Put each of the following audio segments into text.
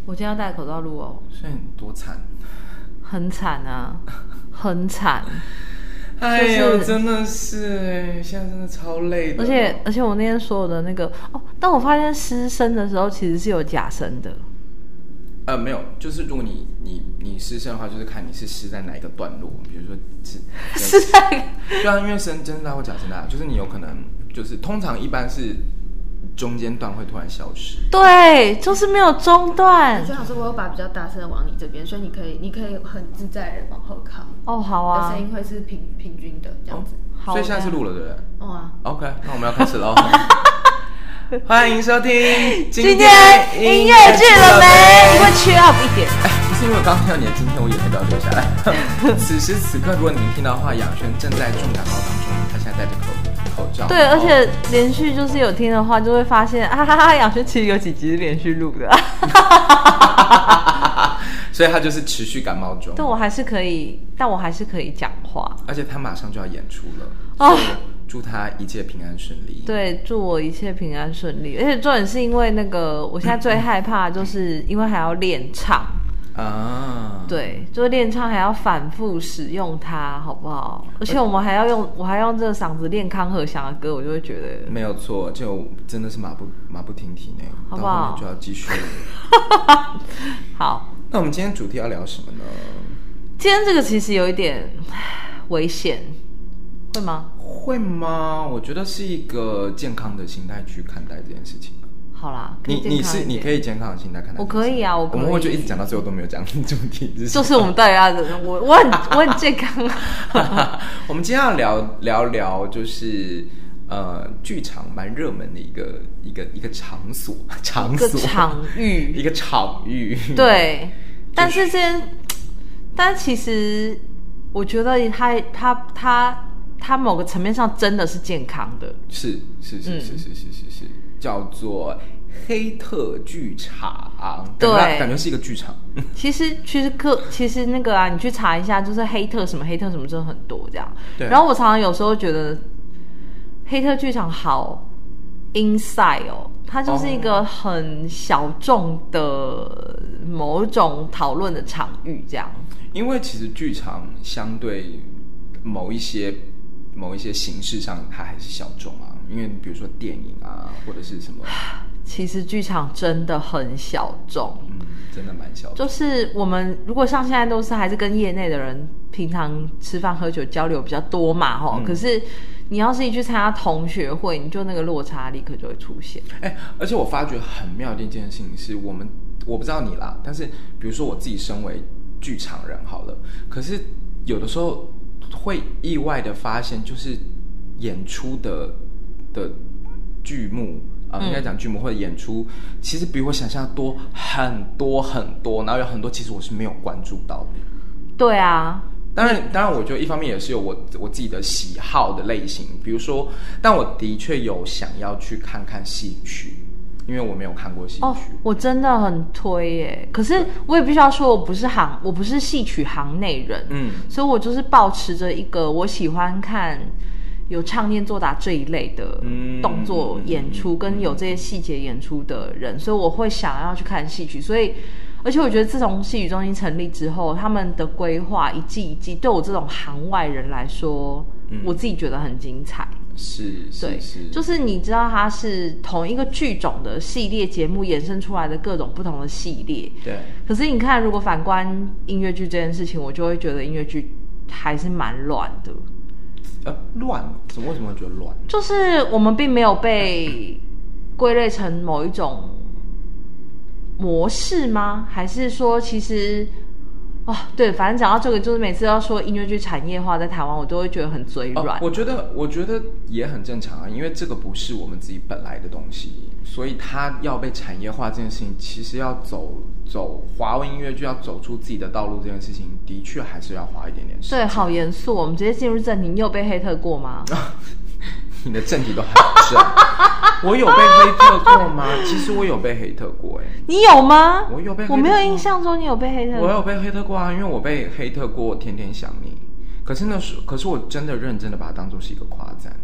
我今天要戴口罩录哦。 所以多惨？ 很惨啊，很惨。 哎呦，真的是现在真的超累的。 而且我那天所有的那个当我发现失声的时候，其实是有假声的。 没有，就是如果你失声的话，就是看你是失在哪一个段落，比如说是在对啊，因为声大或假声大，就是你有可能就是通常一般是中间段会突然消失。 对，就是没有中段。 最好是我有把比较大声的往你这边，所以你可以很自在的往后靠。 哦，好啊， 的声音会是平均的这样子。 所以现在是录了，对不对？ 哦啊。 OK， 那我们要开始喽。欢迎收听今天音乐剧了没？因为缺 up 一点。 不是因为我刚听到你的今天，我眼泪都要流下来。此时此刻，如果你们听到的话，仰璇正在重感冒当中，他现在戴着口罩。 对，而且连续就是有听的话，就会发现仰璇其实有几集是连续录的。 所以他就是持续感冒中。 但我还是可以讲话。 而且他马上就要演出了。哦。祝他一切平安顺利。 对，祝我一切平安顺利。而且重点是因为那个，我现在最害怕就是因为还要练唱啊。对，就是练唱还要反复使用它，好不好？而且我还要用这个嗓子练康和祥的歌，我就会觉得没有错，就真的是马不停蹄呢。 好不好？ 到后面就要继续。 好， 那我们今天主题要聊什么呢？ 今天这个其实有一点危险，会吗？ 会吗？我觉得是一个健康的心态去看待这件事情。 好啦， 你可以健康的心态看待。 我可以啊，我们会就一直讲到最后都没有讲主题， 就是我们大家的我很健康啊。 我们今天要聊就是剧场蛮热门的一个场所，一个场域。对， 但是但其实我觉得它某个层面上真的是健康的， 是，叫做黑特剧场，对，感觉是一个剧场。 其实那个你去查一下，就是黑特什么真的很多这样。 对。 然后我常常有时候觉得黑特剧场好 inside 它就是一个很小众的某种讨论的场域这样。 因为其实剧场相对某一些形式上，它还是小众啊。因为比如说电影啊，或者是什么， 其实剧场真的很小众， 真的蛮小众。 就是我们如果像现在都是还是跟业内的人平常吃饭喝酒交流比较多嘛，可是你要是一去参加同学会，你就那个落差立刻就会出现。 而且我发觉很妙的一件事情是，我不知道你啦，但是比如说我自己身为剧场人好了，可是有的时候会意外的发现，就是演出的剧目应该讲剧目或者演出，其实比我想象多很多很多，然后有很多其实我是没有关注到的。 对啊， 当然，我觉得一方面也是有我自己的喜好的类型，比如说，但我的确有想要去看看戏曲。因为我没有看过戏曲， 我真的很推耶。可是我也必须要说，我不是戏曲行内人，所以我就是抱持着一个我喜欢看有唱念做打这一类的动作演出，跟有这些细节演出的人，所以我会想要去看戏曲。所以，而且我觉得自从戏曲中心成立之后，他们的规划一季一季，对我这种行外人来说，我自己觉得很精彩。 是， 就是你知道它是同一个剧种的系列节目衍生出来的各种不同的系列。 对。 可是你看，如果反观音乐剧这件事情，我就会觉得音乐剧还是蛮乱的。 乱？为什么会觉得乱？ 就是我们并没有被归类成某一种模式吗？还是说其实？对，反正讲到这个，就是每次要说音乐剧产业化在台湾，我都会觉得很嘴软。 我觉得也很正常啊，因为这个不是我们自己本来的东西，所以它要被产业化这件事情，其实要走华文音乐剧要走出自己的道路这件事情，的确还是要花一点点时间。 对，好严肃。我们直接进入正题，你有被黑特过吗？ 你的正题都很正。我有被黑特过吗？其实我有被黑特过你有吗？ 我有被黑特过。 我没有印象中你有被黑特过。 我有被黑特过啊，因为我被黑特过天天想你。可是我真的认真的把它当作是一个夸赞，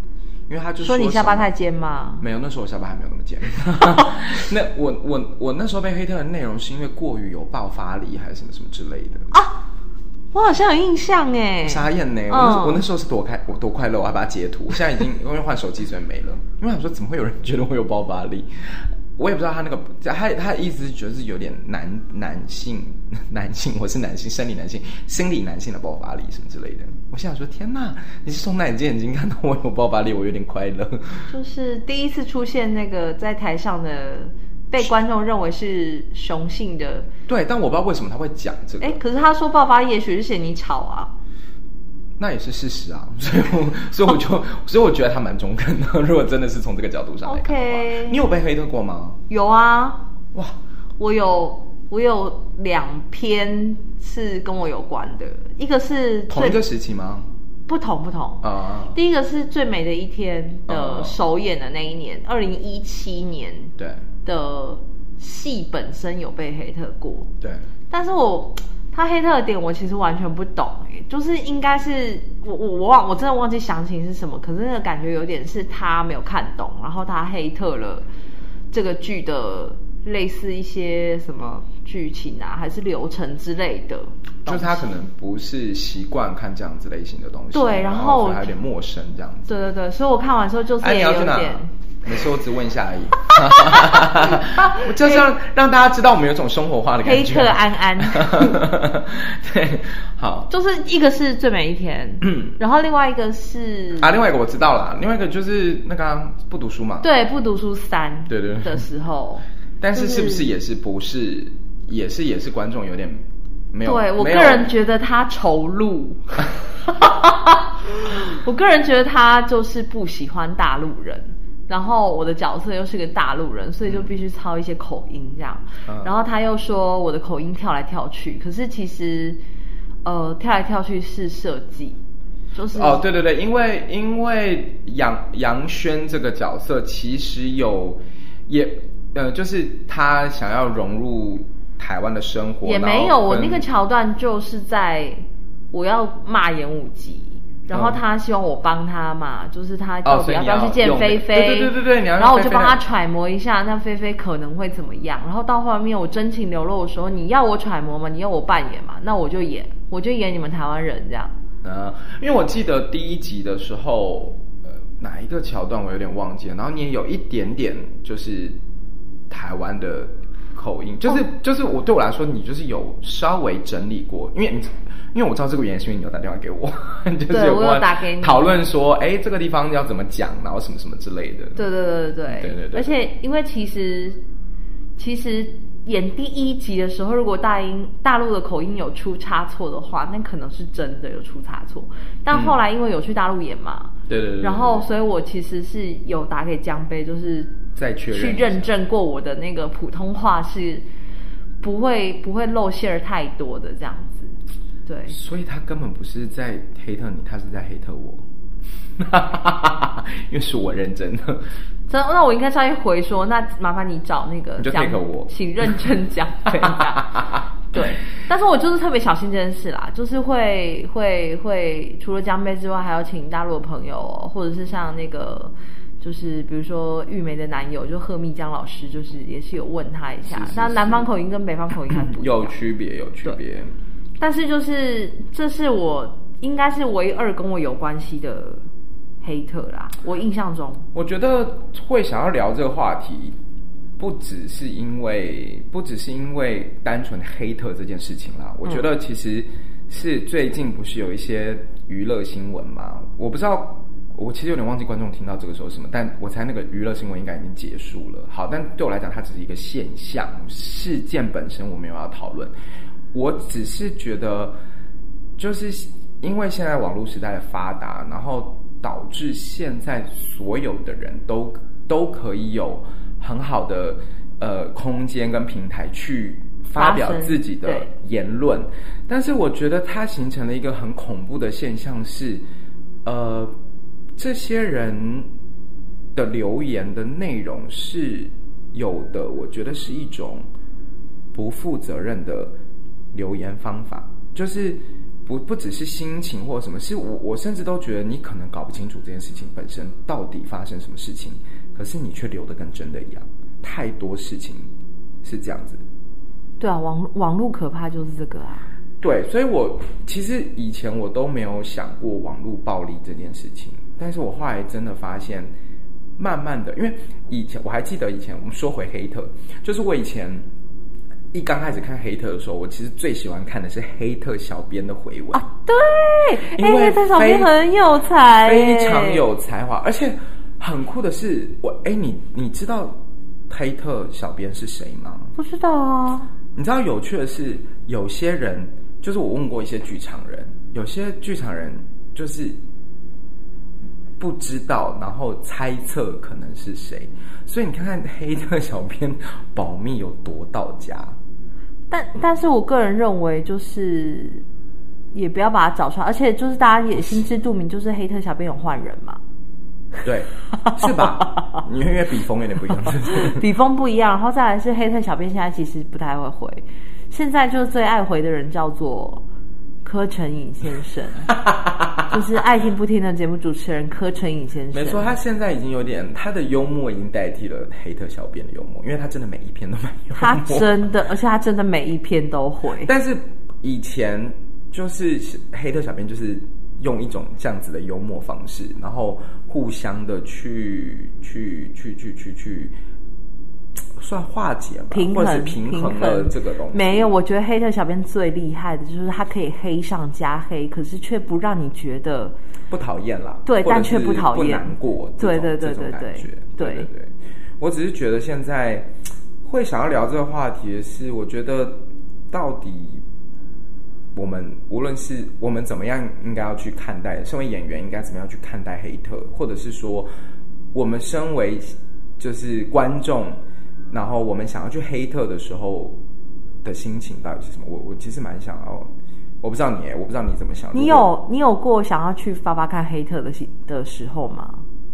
因为他就说你下巴太尖吗？ 没有，那时候我下巴还没有那么尖。那我那时候被黑特的内容是因为过于有爆发力还是什么什么之类的啊？我好像有印象哎， 傻眼呢！我那时候是多快乐，我还把它截图。现在已经因为换手机所以没了。因为我想说怎么会有人觉得我有爆发力？我也不知道他那个他的意思是觉得是有点男性，我是男性，生理男性，心理男性的爆发力什么之类的。我现在说天哪，你是从哪只眼睛看到我有爆发力？我有点快乐。就是第一次出现那个在台上的被观众认为是雄性的， 对，但我不知道为什么他会讲这个。 可是他说爆发力也许是嫌你吵啊。 那也是事实啊，所以我觉得他蛮中肯的。如果真的是从这个角度上来看的话，你有被黑特过吗？ 有啊， 哇， 我有2篇是跟我有关的，一个是同一个时期吗？ 不同啊。第一个是最美的一天的首演的那一年，2017年对的戏本身有被黑特过，对，但是他黑特的点我其实完全不懂就是应该是我真的忘记详情是什么，可是那个感觉有点是他没有看懂，然后他黑特了这个剧的类似一些什么剧情啊，还是流程之类的， 就是他可能不是习惯看这样子类型的东西， 对，然后还有点陌生这样子， 对，所以我看完之后就是也有点。 没事，我只问一下而已。我就是让大家知道我们有种生活化的感觉。 黑特安安， 对，好， 就是一个是最美一天，然后另外一个是另外一个我知道了，另外一个就是那个不读书嘛， 对，不读书3， 对的时候， 但是是不是也是观众有点没有？ 对我个人觉得他仇录。我个人觉得他就是不喜欢大陆人。然后我的角色又是个大陆人，所以就必须操一些口音这样。然后他又说我的口音跳来跳去，可是其实跳来跳去是设计，就是对，因为杨轩这个角色其实就是他想要融入台湾的生活， 也没有我那个桥段就是在我要骂演武集。然后他希望我帮他嘛，就是他到底要不要去见菲菲？ 对， 然后我就帮他揣摩一下，那菲菲可能会怎么样。然后到后面我真情流露的时候，你要我揣摩嘛，你要我扮演嘛，那我就演你们台湾人这样。 因为我记得第1集的时候，哪一个桥段我有点忘记了，然后你也有一点点就是台湾的口音，就是我对我来说，你就是有稍微整理过，因为我知道这个原因是因为你有打电话给我，就是我有打给你讨论说，这个地方要怎么讲，然后什么什么之类的。 对。而且因为其实演第1集的时候，如果大陆的口音有出差错的话，那可能是真的有出差错。但后来因为有去大陆演嘛，对，然后所以我其实是有打给江杯，就是再确认去认证过我的那个普通话是不会露馅儿太多的这样子。对， 所以他根本不是在黑特你，他是在黑特我，因为是我认真的。 那我应该上去回说，那麻烦你找那个你就 take 我， 请认真讲。对，但是我就是特别小心这件事啦，就是会除了江杯之外，还要请大陆的朋友或者是像那个。就是比如说玉梅的男友就贺密江老师，就是也是有问他一下，那南方口音跟北方口音还不一样， 有区别。 但是就是这是我应该是唯二跟我有关系的黑特啦，我印象中。 我觉得会想要聊这个话题，不只是因为单纯黑特这件事情啦。我觉得其实是最近不是有一些娱乐新闻嘛，我不知道。我其实有点忘记观众听到这个时候什么，但我猜那个娱乐新闻应该已经结束了。好，但对我来讲，它只是一个现象，事件本身我没有要讨论。我只是觉得，就是因为现在网络时代的发达，然后导致现在所有的人都可以有很好的空间跟平台去发表自己的言论，但是我觉得它形成了一个很恐怖的现象是，这些人的留言的内容是有的，我觉得是一种不负责任的留言方法。就是不只是心情或什么，是我甚至都觉得你可能搞不清楚这件事情本身到底发生什么事情，可是你却留得跟真的一样。太多事情是这样子。 对啊，网络可怕就是这个啊。 对，所以我其实以前我都没有想过网络暴力这件事情，但是我后来真的发现，慢慢的，因为以前我还记得以前我们说回黑特，就是我以前一刚开始看黑特的时候，我其实最喜欢看的是黑特小编的回文啊，对， 因为黑特小编很有才， 非常有才华，而且很酷的是，你知道黑特小编是谁吗？ 不知道啊。 你知道有趣的是，有些人就是我问过一些剧场人，有些剧场人就是不知道，然后猜测可能是谁，所以你看看黑特小编保密有多到家。 但是我个人认为，就是也不要把它找出来，而且就是大家也心知肚明，就是黑特小编有换人嘛。 对，是吧？因为笔锋有点不一样， 笔锋不一样，然后再来是黑特小编现在其实不太会回，现在就是最爱回的人叫做柯晨颖先生，就是爱听不听的节目主持人柯晨颖先生。 没错，他现在已经有点，他的幽默已经代替了黑特小编的幽默，因为他真的每一篇都蛮幽默， 他真的，而且他真的每一篇都回。 但是以前就是黑特小编就是用一种这样子的幽默方式，然后互相的去算化解吧，或者是平衡了这个东西。 没有，我觉得黑特小编最厉害的就是他可以黑上加黑，可是却不让你觉得不讨厌啦。 对，但却不讨厌， 不难过。 对， 对。我只是觉得现在会想要聊这个话题的是，我觉得到底我们无论是我们怎么样应该要去看待，身为演员应该怎么样去看待黑特，或者是说我们身为就是观众，然后我们想要去黑特的时候的心情到底是什么？我其实蛮想要，我不知道你怎么想。你有过想要去发看黑特的时候吗？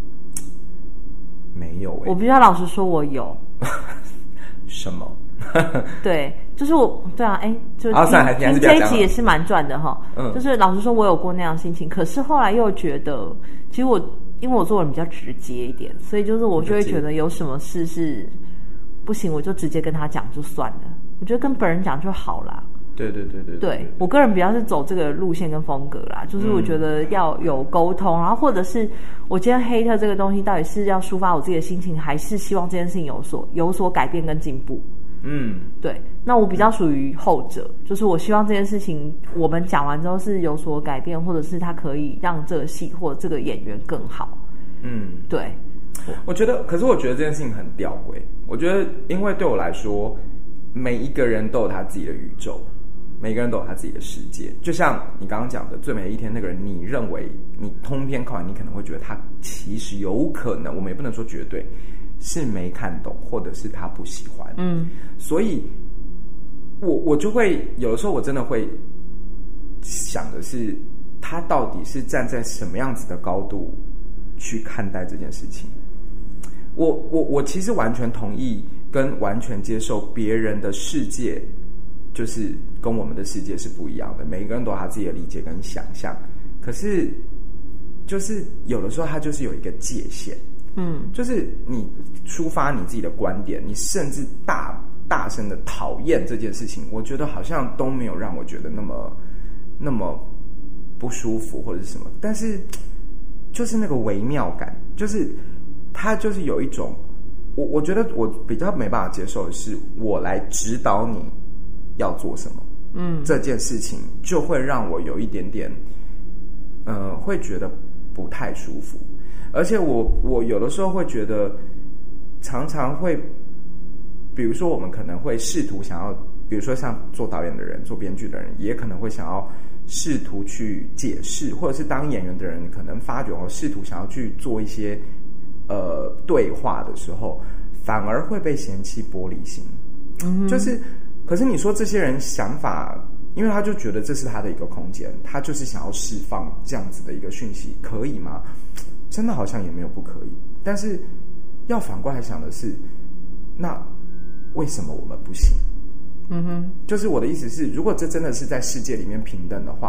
没有我必须要老实说，我有。 什么？ 对，就是对啊，就是听这一集也是蛮赚的哈。就是老实说，我有过那样的心情，可是后来又觉得，其实因为我做人比较直接一点，所以就是我就会觉得有什么事是不行，我就直接跟他讲就算了。我觉得跟本人讲就好啦。对，我个人比较是走这个路线跟风格啦，就是我觉得要有沟通，然后或者是我今天黑特这个东西到底是要抒发我自己的心情，还是希望这件事情有所改变跟进步。对，那我比较属于后者，就是我希望这件事情我们讲完之后是有所改变，或者是它可以让这个戏或者这个演员更好。对， 可是我觉得这件事情很吊诡。我觉得，因为对我来说，每一个人都有他自己的宇宙，每个人都有他自己的世界。就像你刚刚讲的，最美的一天那个人，你认为你通篇看完，你可能会觉得他其实有可能，我们也不能说绝对。是没看懂，或者是他不喜欢，所以我就会有的时候我真的会想的是，他到底是站在什么样子的高度去看待这件事情。我其实完全同意跟完全接受别人的世界，就是跟我们的世界是不一样的，每个人都有他自己的理解跟想象，可是就是有的时候他就是有一个界限。就是你抒发你自己的观点，你甚至大声的讨厌这件事情，我觉得好像都没有让我觉得那么不舒服或者是什么，但是就是那个微妙感，就是它就是有一种，我觉得我比较没办法接受的是，我来指导你要做什么，这件事情就会让我有一点点，会觉得不太舒服。而且我有的时候会觉得，常常会，比如说我们可能会试图想要，比如说像做导演的人、做编剧的人，也可能会想要试图去解释，或者是当演员的人，可能发觉或试图想要去做一些对话的时候，反而会被嫌弃玻璃心。就是，可是你说这些人想法，因为他就觉得这是他的一个空间，他就是想要释放这样子的一个讯息，可以吗？真的好像也没有不可以，但是要反过来想的是，那为什么我们不行？就是我的意思是，如果这真的是在世界里面平等的话，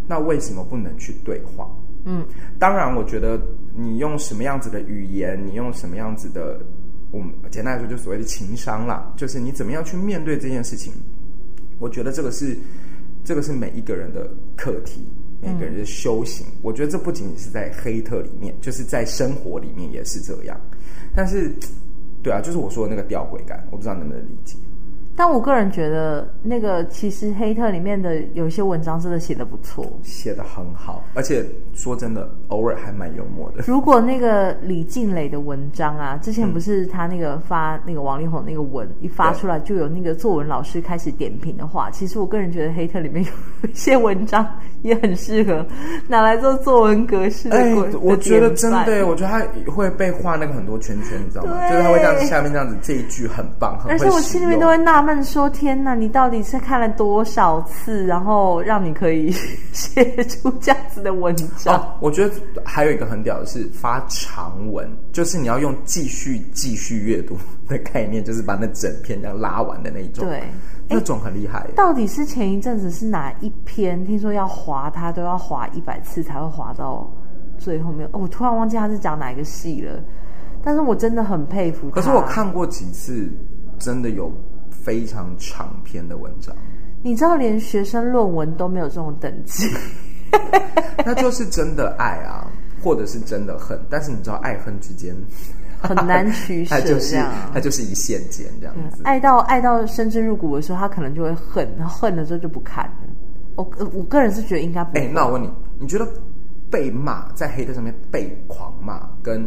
那为什么不能去对话？当然我觉得你用什么样子的语言，你用什么样子的，我们简单来说就所谓的情商啦，就是你怎么样去面对这件事情，我觉得这个是每一个人的课题，每个人的修行。我觉得这不仅仅是在黑特里面，就是在生活里面也是这样。但是对啊，就是我说的那个吊诡感，我不知道能不能理解。 但我个人觉得，那个其实黑特里面的有一些文章真的写得不错， 写得很好，而且说真的，偶尔还蛮幽默的。 如果那个李静蕾的文章啊，之前不是他那个发那个王力宏那个文一发出来，就有那个作文老师开始点评的话，其实我个人觉得黑特里面有一些文章也很适合拿来做作文格式的我觉得真的，我觉得他会被画那个很多圈圈，你知道吗？就是他会这样子，下面这样子，这一句很棒，很会使用。 而且我心里面都会纳闷说，天哪，你到底是看了多少次，然后让你可以写出这样子的文章？ 我觉得还有一个很屌的是发长文，就是你要用继续阅读的概念，就是把那整篇这样拉完的那一种。 对， 那种很厉害。 到底是前一阵子是哪一篇？听说要滑它都要滑100次才会滑到最后面。我突然忘记他是讲哪一个戏了，但是我真的很佩服他。 可是我看过几次，真的有非常长篇的文章。 你知道，连学生论文都没有这种等级。 那就是真的爱啊，或者是真的恨。但是你知道，爱恨之间很难取舍， 它就是一线间这样子。 爱到深深入骨的时候，他可能就会恨，然后恨了之后就不看了。我个人是觉得应该不会。 那我问你，你觉得被骂在黑特上面被狂骂跟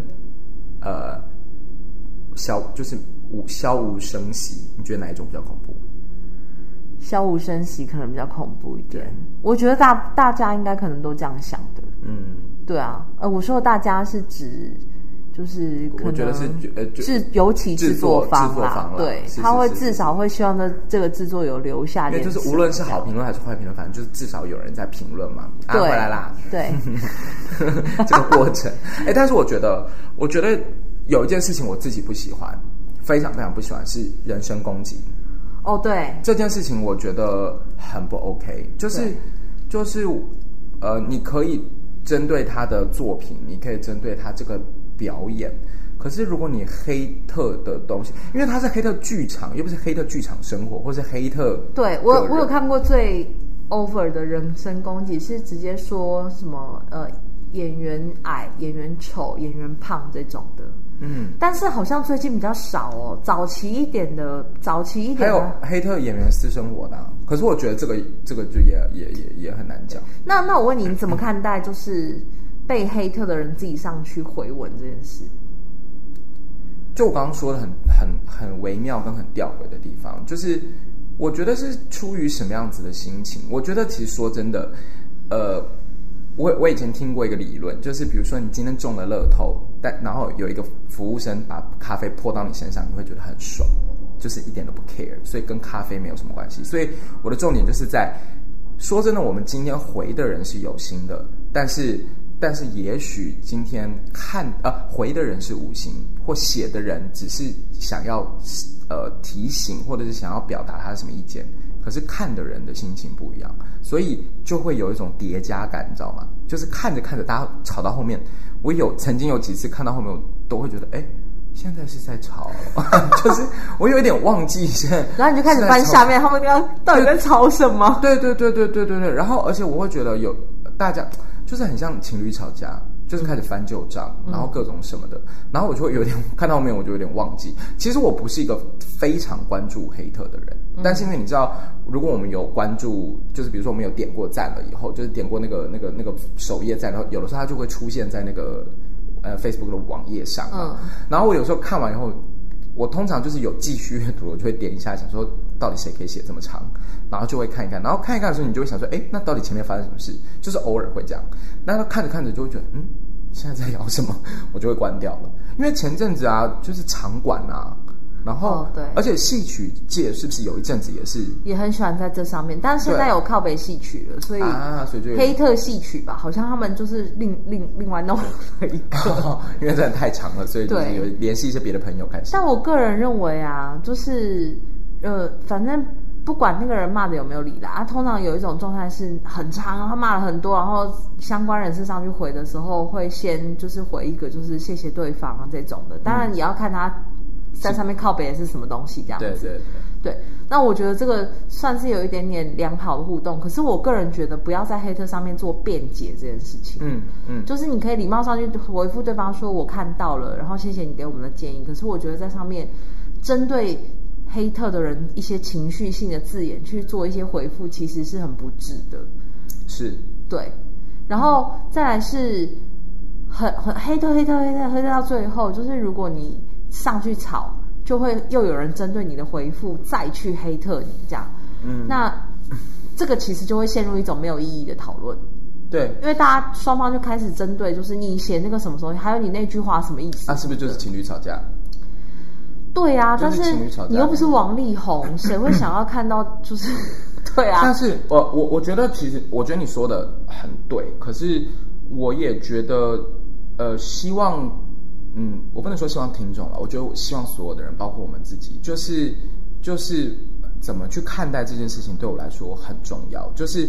就是悄无声息，你觉得哪一种比较恐怖？ 悄无声息可能比较恐怖一点。我觉得大家应该可能都这样想的。对啊。我说的大家是指就是可能， 我觉得是尤其制作方啦，对，他会至少会希望这个制作有留下， 因为就是无论是好评论还是坏评论，反正就是至少有人在评论嘛。 对， 回来啦。 对， 这个过程。但是我觉得有一件事情我自己不喜欢，非常非常不喜欢，是人身攻击。 对， 这件事情我觉得很不 OK， 就是你可以针对他的作品，你可以针对他这个表演，可是如果你黑特的东西，因为他是黑特剧场，又不是黑特剧场生活，或是黑特。 对，我有看过最 over 的人身攻击，是直接说什么演员矮、演员丑、演员胖这种的。但是好像最近比较少哦，早期一点的还有黑特演员私生活的可是我觉得这个就也很难讲。 那我问你怎么看待就是被黑特的人自己上去回文这件事？ 就我刚刚说的很微妙跟很吊诡的地方，就是我觉得是出于什么样子的心情。我觉得其实说真的，我以前听过一个理论，就是比如说你今天中了乐透，然后有一个服务生把咖啡泼到你身上，你会觉得很爽，就是一点都不 care， 所以跟咖啡没有什么关系。所以我的重点就是在说真的，我们今天回的人是有心的，但是也许今天回的人是无心，或写的人只是想要提醒，或者是想要表达他的什么意见，可是看的人的心情不一样，所以就会有一种叠加感，你知道吗？就是看着看着，大家吵到后面，我曾经有几次看到后面，我都会觉得，现在是在吵，就是我有一点忘记现在， 然后你就开始翻下面，他们到底在吵什么？ 对，然后而且我会觉得大家就是很像情侣吵架。就是开始翻旧账，然后各种什么的，然后我就会有点看到后面，我就有点忘记。其实我不是一个非常关注黑特的人，但是因为你知道，如果我们有关注，就是比如说我们有点过赞了以后，就是点过那个首页赞，然后有的时候它就会出现在那个Facebook 的网页上嘛。然后我有时候看完以后，我通常就是有继续阅读，我就会点一下，想说到底谁可以写这么长，然后就会看一看，然后看一看的时候，你就会想说，那到底前面发生什么事？就是偶尔会这样，那看着看着就会觉得，现在在聊什么，我就会关掉了。因为前阵子就是场馆然后对， 而且戏曲界是不是有一阵子也很喜欢在这上面，但是现在有靠北戏曲了，所以就黑特戏曲吧，好像他们就是另外弄了一个， 因为真的太长了，所以就是有联系一些别的朋友开始。 但我个人认为就是反正不管那个人骂的有没有理啦，通常有一种状态是很长，他骂了很多，然后相关人士上去回的时候，会先就是回一个就是谢谢对方这种的，当然也要看他在上面靠北的是什么东西这样子。对，那我觉得这个算是有一点点良好的互动，可是我个人觉得不要在黑特上面做辩解这件事情。就是你可以礼貌上去回复对方说我看到了，然后谢谢你给我们的建议，可是我觉得在上面针对黑特的人一些情绪性的字眼去做一些回复，其实是很不智的。 是， 对，然后再来是很黑特到最后，就是如果你上去吵，就会又有人针对你的回复再去黑特你这样。那这个其实就会陷入一种没有意义的讨论。 对， 因为大家双方就开始针对，就是你写那个什么东西，还有你那句话什么意思？ 是不是就是情侣吵架？ 对啊，但是你又不是王力宏，谁会想要看到就是对啊？ 但是我觉得其实我觉得你说的很对，可是我也觉得希望我不能说希望听众了，我觉得我希望所有的人，包括我们自己，就是怎么去看待这件事情，对我来说很重要，就是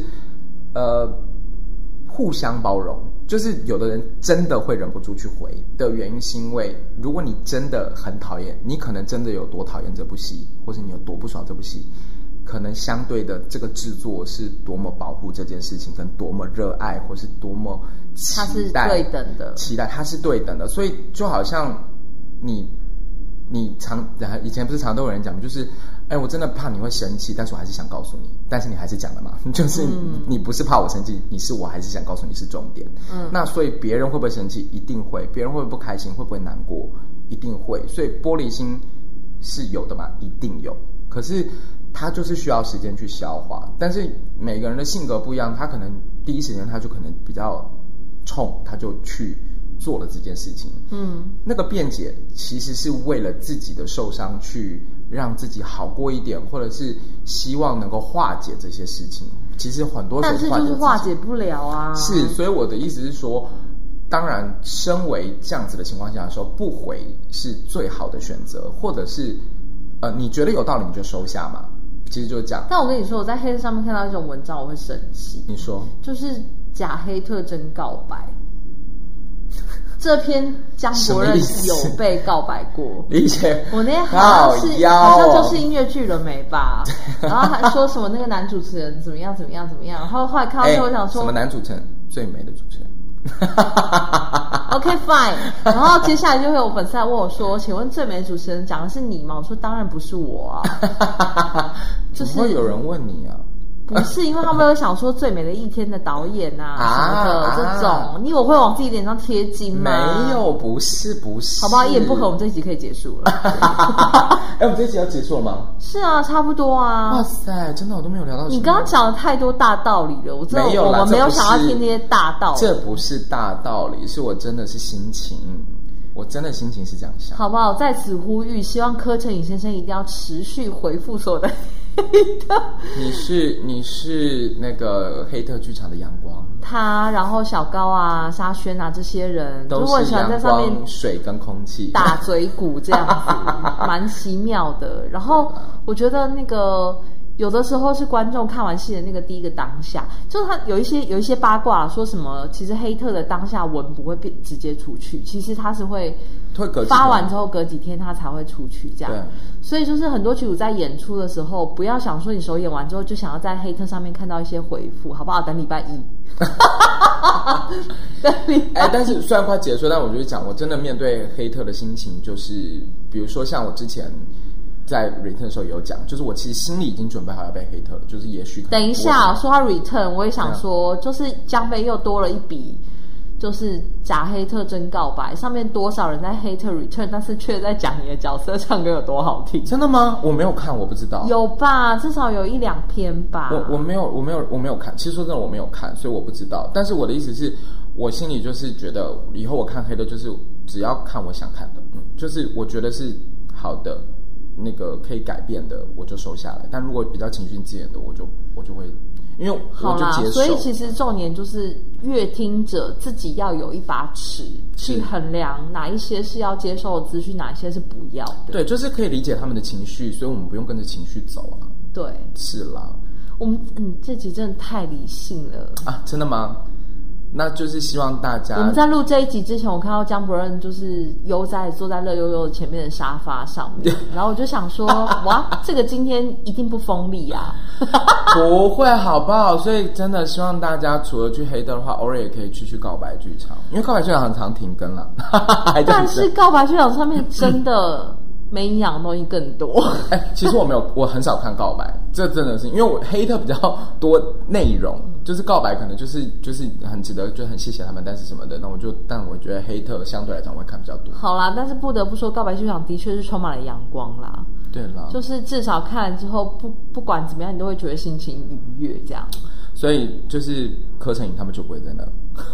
互相包容。就是有的人真的会忍不住去回的原因，是因为如果你真的很讨厌，你可能真的有多讨厌这部戏，或是你有多不爽这部戏，可能相对的这个制作是多么保护这件事情，跟多么热爱，或是多么期待，它是对等的，期待它是对等的。所以就好像你以前不是常都有人讲，就是我真的怕你会生气，但是我还是想告诉你，但是你还是讲了嘛，就是你不是怕我生气，你是我还是想告诉你是重点。那所以别人会不会生气？一定会。别人会不会不开心？会不会难过？一定会。所以玻璃心是有的嘛，一定有。可是他就是需要时间去消化，但是每个人的性格不一样，他可能第一时间他就可能比较冲，他就去做了这件事情。那个辩解其实是为了自己的受伤，去让自己好过一点，或者是希望能够化解这些事情。其实很多时候但是就是化解不了啊。 是，所以我的意思是说，当然身为这样子的情况下的时候，不回是最好的选择，或者是你觉得有道理你就收下嘛，其实就是这样。 但我跟你说，我在黑特上面看到一种文章我会生气。你说就是假黑特真告白。这篇江国任有被告白过， 理解。 我那天好像就是音乐剧了没吧？然后还说什么那个男主持人怎么样，然后后来看到之后我想说， 什么男主持人？最美的主持人。 OK fine， 然后接下来就会有粉丝来问我说：“请问最美的主持人讲的是你吗？”我说：“当然不是我啊。” 怎么会有人问你啊？ 不是，因为他们有想说最美的一天的导演什么的这种，你以为我会往自己脸上贴金吗？ 没有，不是，好不好？一言不合，我们这一集可以结束了。 我们这一集要结束了吗？ 是啊，差不多啊。 哇塞，真的我都没有聊到。 你刚刚讲了太多大道理了，我知道我们没有想要听那些大道理。 这不是大道理，是我真的是心情。我真的心情是这样想， 好不好？在此呼吁，希望柯晨颖先生一定要持续回复所有的黑特。 你是那个黑特剧场的阳光， 他然后小高啊、沙宣啊这些人都是阳光、水跟空气打嘴鼓这样子，蛮奇妙的。然后我觉得那个。有的时候是观众看完戏的那个第一个当下，就是他有一些八卦说什么，其实黑特的当下文不会直接出去，其实他是会发完之后隔几天他才会出去这样。所以就是很多剧组在演出的时候，不要想说你首演完之后就想要在黑特上面看到一些回复，好不好？等礼拜一。 但是虽然快结束，但我就讲，我真的面对黑特的心情，就是比如说像我之前。在 return 的时候也有讲，就是我其实心里已经准备好要被黑特了，就是也许等一下说他 return， 我也想说，就是江杯又多了一笔，就是假黑特真告白，上面多少人在黑特 return， 但是却在讲你的角色唱歌有多好听。 真的吗？我没有看，我不知道。 有吧，至少有1-2篇吧。 我没有看。其实说真的，我没有看，所以我不知道。但是我的意思是，我心里就是觉得，以后我看黑特就是只要看我想看的，就是我觉得是好的。 那个可以改变的，我就收下来。但如果比较情绪激烈的，我就会，因为我就接受。 所以其实重点就是乐听者自己要有一把尺去衡量哪一些是要接受的资讯，哪一些是不要的。 对，就是可以理解他们的情绪，所以我们不用跟着情绪走啊。 对， 是啦。 我们这集真的太理性了啊！真的吗？那就是希望大家， 我们在录这一集之前，我看到江博任就是悠哉坐在乐悠悠前面的沙发上面，然后我就想说，哇，这个今天一定不锋利啊！ 不会，好不好？所以真的希望大家除了去黑的话，偶尔也可以去告白剧场，因为告白剧场很常停更了。 但是告白剧场上面真的没营养的东西更多。 其实我很少看告白，这真的是因为我黑特比较多内容，就是告白可能就是很值得，就很谢谢他们，但是什么的，但我觉得黑特相对来讲我会看比较多。 好啦，但是不得不说，告白剧场的确是充满了阳光啦。 对啦， 就是至少看了之后，不管怎么样，你都会觉得心情愉悦这样。 所以就是柯成颖他们就不会在那。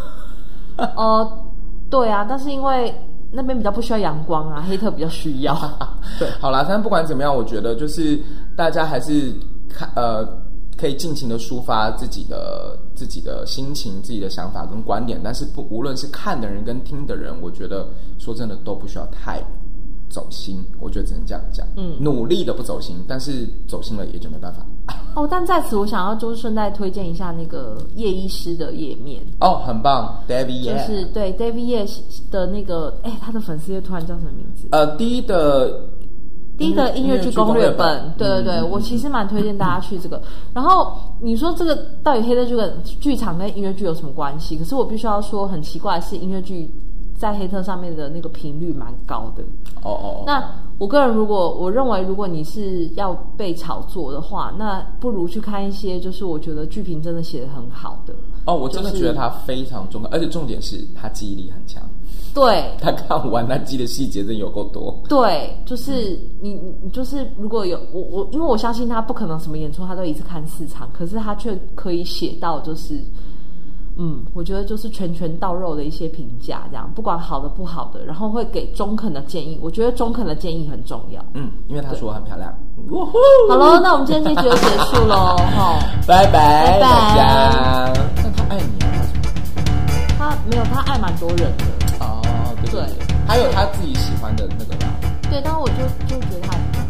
对啊，但是因为那边比较不需要阳光啊，黑特比较需要。 对，好啦，但不管怎么样，我觉得就是大家还是可以尽情的抒发自己的心情、自己的想法跟观点，但是无论是看的人跟听的人，我觉得说真的都不需要太走心，我觉得只能这样讲。努力的不走心，但是走心了也就没办法。 但在此我想要就是顺带推荐一下那个叶医师的页面。 很棒 ，David Ye， 就是对 David Ye 的那个，他的粉丝页突然叫什么名字？ 第一的音乐剧攻略本，对，我其实蛮推荐大家去这个。然后你说这个到底黑特剧场跟音乐剧有什么关系？可是我必须要说，很奇怪的是音乐剧在黑特上面的那个频率蛮高的。那我个人我认为，如果你是要被炒作的话，那不如去看一些就是我觉得剧评真的写得很好的。 我真的觉得他非常重要，而且重点是他记忆力很强。 对， 他看完他记的细节真有够多。对， 就是你就是如果有我，因为我相信他不可能什么演出他都一次看4场，可是他却可以写到就是。我觉得就是拳到肉的一些评价，这样不管好的不好的，然后会给中肯的建议。我觉得中肯的建议很重要。 因为他说我很漂亮。 好咯，那我们今天这集就结束咯。 拜拜大家。但他爱你啊？ 他没有，他爱蛮多人的。 对，还有他自己喜欢的那个吧。 对，但是我就觉得他很